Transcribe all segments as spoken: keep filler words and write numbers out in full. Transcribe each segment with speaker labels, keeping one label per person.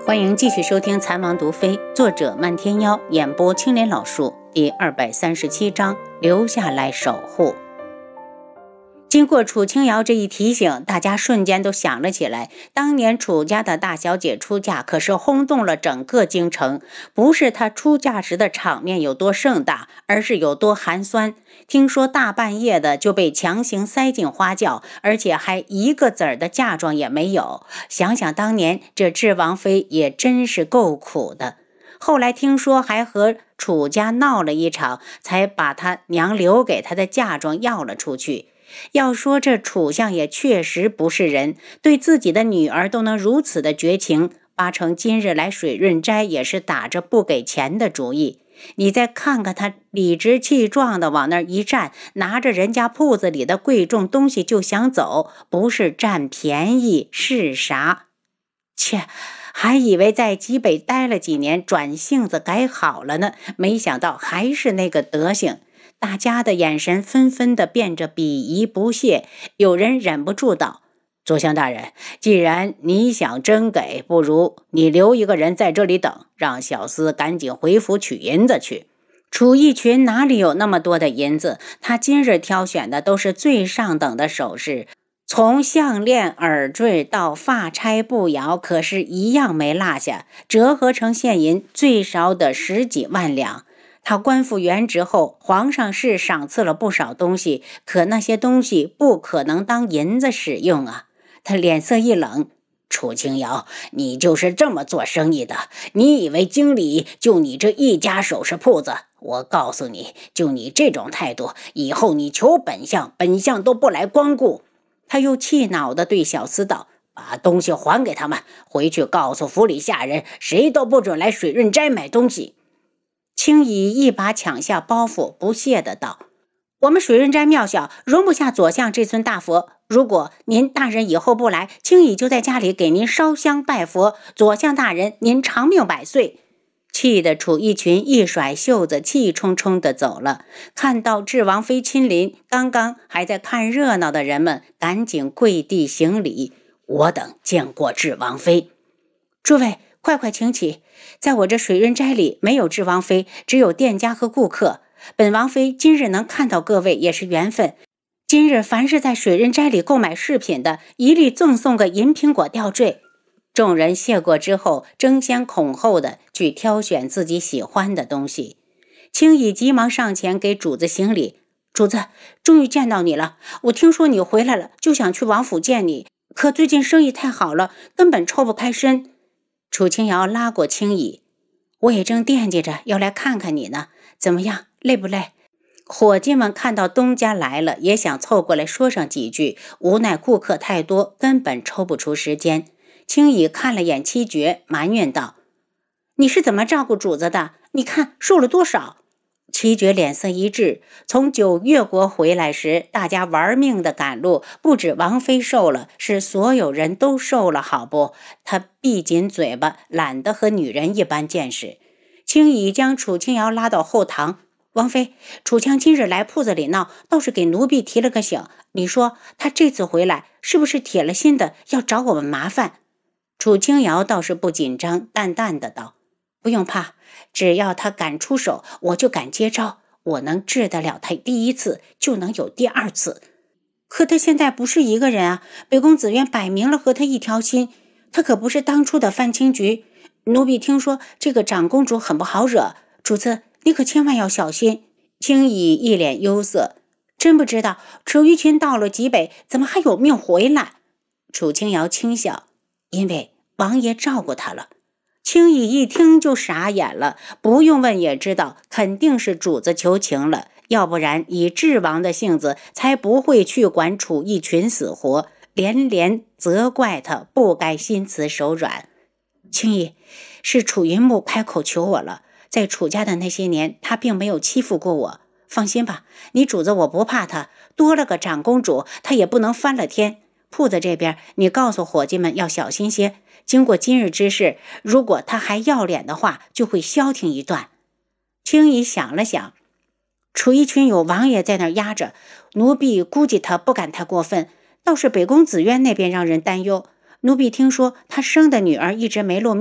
Speaker 1: 欢迎继续收听《残王毒妃》，作者漫天妖，演播青莲老树，第二百三十七章，留下来守护。经过楚清瑶这一提醒，大家瞬间都想了起来，当年楚家的大小姐出嫁可是轰动了整个京城，不是她出嫁时的场面有多盛大，而是有多寒酸。听说大半夜的就被强行塞进花轿，而且还一个子儿的嫁妆也没有。想想当年这智王妃也真是够苦的。后来听说还和楚家闹了一场，才把她娘留给她的嫁妆要了出去。要说这楚相也确实不是人，对自己的女儿都能如此的绝情，八成今日来水润斋也是打着不给钱的主意。你再看看他理直气壮的往那儿一站，拿着人家铺子里的贵重东西就想走，不是占便宜是啥？切，还以为在济北待了几年转性子改好了呢，没想到还是那个德行。大家的眼神纷纷的变着鄙夷不屑，有人忍不住道：左相大人，既然你想真给，不如你留一个人在这里等，让小厮赶紧回府取银子去。楚逸群哪里有那么多的银子，他今日挑选的都是最上等的首饰，从项链、耳坠到发钗步摇，可是一样没落下，折合成现银最少得十几万两。他官复原职后，皇上是赏赐了不少东西，可那些东西不可能当银子使用啊。他脸色一冷，楚清瑶，你就是这么做生意的？你以为京里就你这一家首饰铺子？我告诉你，就你这种态度，以后你求本相，本相都不来光顾。他又气恼地对小厮道：把东西还给他们，回去告诉府里下人，谁都不准来水润斋买东西。青乙一把抢下包袱，不屑的道：我们水润斋庙小，容不下左相这尊大佛，如果您大人以后不来，青乙就在家里给您烧香拜佛，左相大人您长命百岁。气得楚逸群一甩袖子，气冲冲的走了。看到智王妃亲临，刚刚还在看热闹的人们赶紧跪地行礼：我等见过智王妃。诸位快快请起，在我这水润斋里没有智王妃，只有店家和顾客。本王妃今日能看到各位也是缘分，今日凡是在水润斋里购买饰品的，一律赠送个银苹果吊坠。众人谢过之后，争先恐后的去挑选自己喜欢的东西。青乙急忙上前给主子行礼：主子，终于见到你了，我听说你回来了，就想去王府见你，可最近生意太好了，根本抽不开身。楚清瑶拉过青乙：我也正惦记着要来看看你呢，怎么样，累不累？伙计们看到东家来了，也想凑过来说上几句，无奈顾客太多，根本抽不出时间。青乙看了眼七绝，埋怨道：你是怎么照顾主子的？你看瘦了多少？七绝脸色一滞，从九越国回来时，大家玩命的赶路，不止王妃瘦了，是所有人都瘦了，好不？他闭紧嘴巴，懒得和女人一般见识。青乙将楚清瑶拉到后堂：王妃，楚强今日来铺子里闹，倒是给奴婢提了个醒，你说他这次回来是不是铁了心的要找我们麻烦？楚清瑶倒是不紧张，淡淡的道：不用怕，只要他敢出手，我就敢接招，我能治得了他第一次，就能有第二次。可他现在不是一个人啊，北宫紫渊摆明了和他一条心，他可不是当初的范青菊。奴婢听说这个长公主很不好惹，主子你可千万要小心。青乙一脸忧色：真不知道楚玉群到了济北怎么还有命回来？楚清瑶轻笑：因为王爷照顾他了。青乙一听就傻眼了，不用问也知道肯定是主子求情了，要不然以智王的性子才不会去管楚逸群死活，连连责怪他不该心慈手软。青乙，是楚云木开口求我了，在楚家的那些年他并没有欺负过我，放心吧，你主子我不怕他，多了个长公主他也不能翻了天。铺子这边你告诉伙计们要小心些，经过今日之事，如果他还要脸的话，就会消停一段。青乙想了想，楚逸群有王爷在那儿压着，奴婢估计他不敢太过分，倒是北宫紫渊那边让人担忧。奴婢听说他生的女儿一直没露面，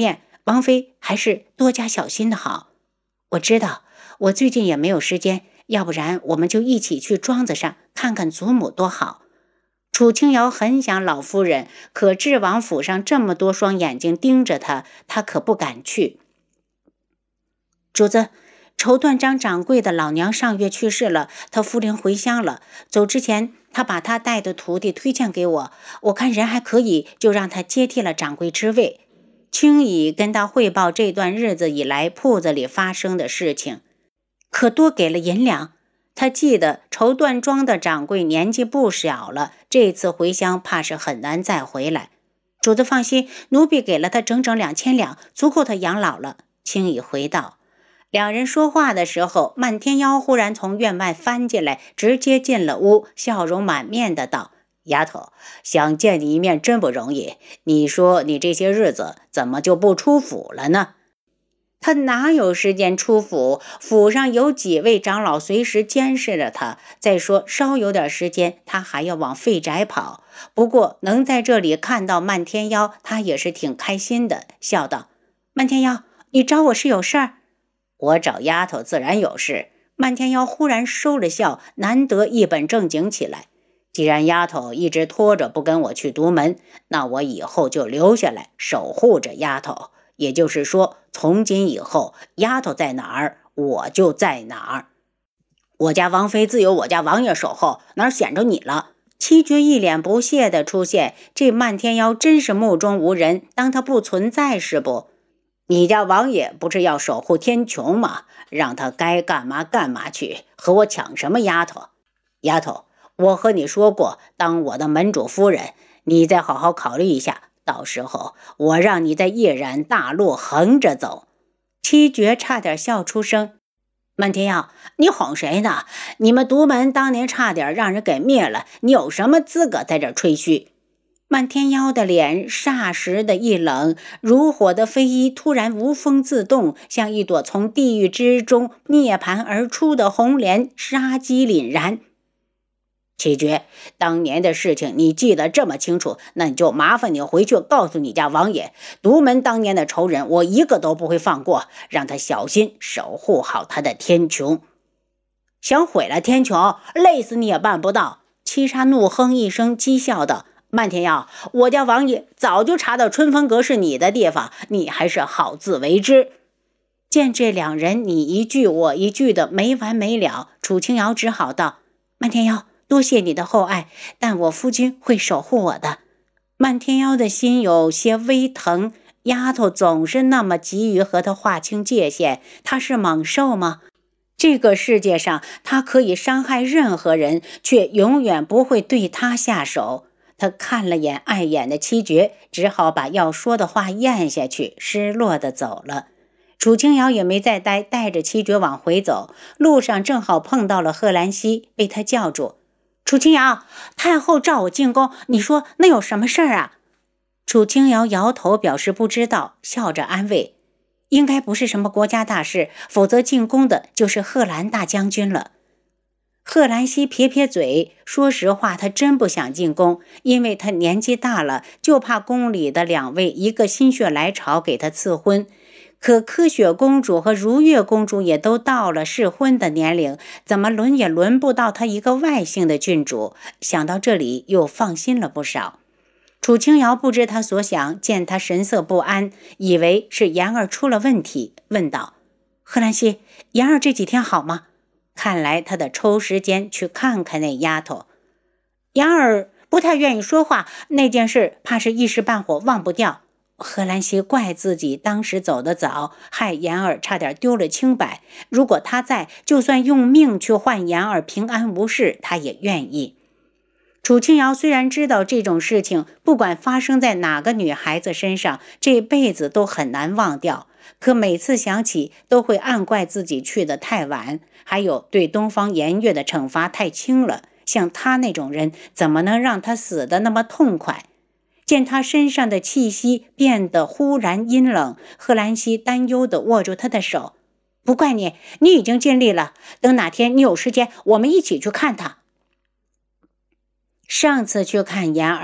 Speaker 1: 王妃还是多加小心的好。我知道，我最近也没有时间，要不然我们就一起去庄子上看看祖母多好。楚清瑶很想老夫人，可智王府上这么多双眼睛盯着她，她可不敢去。主子，绸缎张掌柜的老娘上月去世了，她夫灵回乡了。走之前，他把他带的徒弟推荐给我，我看人还可以，就让他接替了掌柜之位。轻易跟他汇报这段日子以来铺子里发生的事情，可多给了银两。他记得绸缎庄的掌柜年纪不小了，这次回乡怕是很难再回来。主子放心，奴婢给了他整整两千两，足够他养老了。轻易回道。两人说话的时候，漫天妖忽然从院外翻进来，直接进了屋，笑容满面的道：丫头，想见你一面真不容易，你说你这些日子怎么就不出府了呢？他哪有时间出府？府上有几位长老随时监视着他，再说稍有点时间，他还要往废宅跑。不过能在这里看到漫天妖，他也是挺开心的，笑道：漫天妖，你找我是有事儿？我找丫头自然有事。漫天妖忽然收了笑，难得一本正经起来。既然丫头一直拖着不跟我去独门，那我以后就留下来守护着丫头。也就是说，从今以后，丫头在哪儿，我就在哪儿。我家王妃自有我家王爷守候，哪儿显着你了？七绝一脸不屑的出现，这漫天妖真是目中无人，当他不存在是不？你家王爷不是要守护天穹吗？让他该干嘛干嘛去，和我抢什么丫头？丫头，我和你说过，当我的门主夫人，你再好好考虑一下，到时候我让你在夜染大陆横着走。七绝差点笑出声。漫天妖，你哄谁呢？你们独门当年差点让人给灭了，你有什么资格在这吹嘘？漫天妖的脸霎时的一冷，如火的飞衣突然无风自动，像一朵从地狱之中涅槃而出的红莲，杀机凛然。七绝，当年的事情你记得这么清楚，那你就麻烦你回去告诉你家王爷，独门当年的仇人我一个都不会放过，让他小心守护好他的天穹。想毁了天穹，累死你也办不到。七杀怒哼一声，讥笑道：漫天妖，我家王爷早就查到春风阁是你的地方，你还是好自为之。见这两人你一句我一句的没完没了，楚清瑶只好道：漫天妖，多谢你的厚爱，但我夫君会守护我的。漫天妖的心有些微疼，丫头总是那么急于和他划清界限，他是猛兽吗？这个世界上他可以伤害任何人，却永远不会对他下手。他看了眼碍眼的七绝，只好把要说的话咽下去，失落的走了。楚清瑶也没再待，带着七绝往回走，路上正好碰到了贺兰溪，被他叫住：楚清瑶，太后召我进宫，你说那有什么事儿啊？楚清瑶摇头表示不知道，笑着安慰：应该不是什么国家大事，否则进宫的就是贺兰大将军了。贺兰溪撇撇嘴，说实话他真不想进宫，因为他年纪大了，就怕宫里的两位一个心血来潮给他赐婚。可柯雪公主和如月公主也都到了适婚的年龄，怎么轮也轮不到他一个外姓的郡主。想到这里又放心了不少。楚清瑶不知他所想，见他神色不安，以为是妍儿出了问题，问道：贺兰溪，妍儿这几天好吗？看来他得抽时间去看看那丫头。妍儿不太愿意说话，那件事怕是一时半会忘不掉。贺兰溪怪自己当时走得早，害妍儿差点丢了清白。如果他在，就算用命去换妍儿平安无事，他也愿意。楚清瑶虽然知道这种事情不管发生在哪个女孩子身上，这辈子都很难忘掉，可每次想起都会暗怪自己去得太晚，还有对东方颜月的惩罚太轻了。像他那种人，怎么能让他死得那么痛快？见他身上的气息变得忽然阴冷，贺兰溪担忧地握住他的手：不怪你，你已经尽力了，等哪天你有时间，我们一起去看他。上次去看妍儿，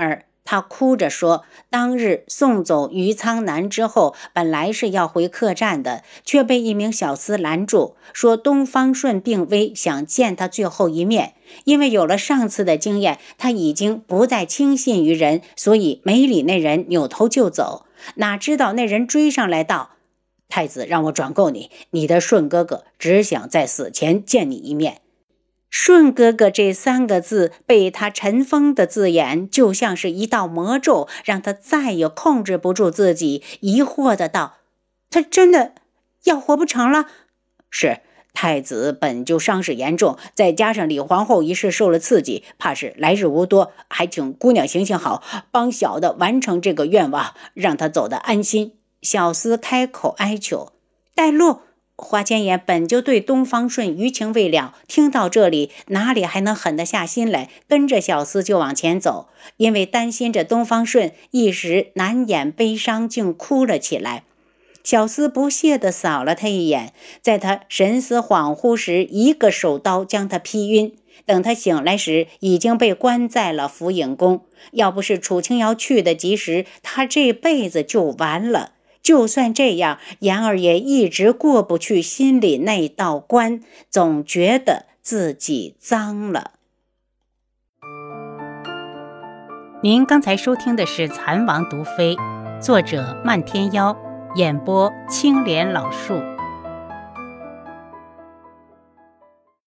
Speaker 1: 他哭着说，当日送走于苍南之后，本来是要回客栈的，却被一名小厮拦住，说东方顺病危，想见他最后一面。因为有了上次的经验，他已经不再轻信于人，所以没理那人，扭头就走。哪知道那人追上来道：太子让我转告你，你的顺哥哥只想在死前见你一面。顺哥哥这三个字被他尘封的字眼，就像是一道魔咒，让他再也控制不住自己，疑惑的道：他真的要活不成了？是，太子本就伤势严重，再加上李皇后一事受了刺激，怕是来日无多，还请姑娘行行好，帮小的完成这个愿望，让他走得安心。小厮开口哀求：带路。华千言本就对东方顺余情未了，听到这里哪里还能狠得下心来，跟着小厮就往前走。因为担心着东方顺，一时难掩悲伤，竟哭了起来。小厮不屑地扫了他一眼，在他神思恍惚时，一个手刀将他劈晕。等他醒来时，已经被关在了福影宫。要不是楚清瑶去得及时，他这辈子就完了。就算这样，言儿也一直过不去心里那道关，总觉得自己脏了。
Speaker 2: 您刚才收听的是《蚕王毒妃》，作者漫天妖，演播青莲老树。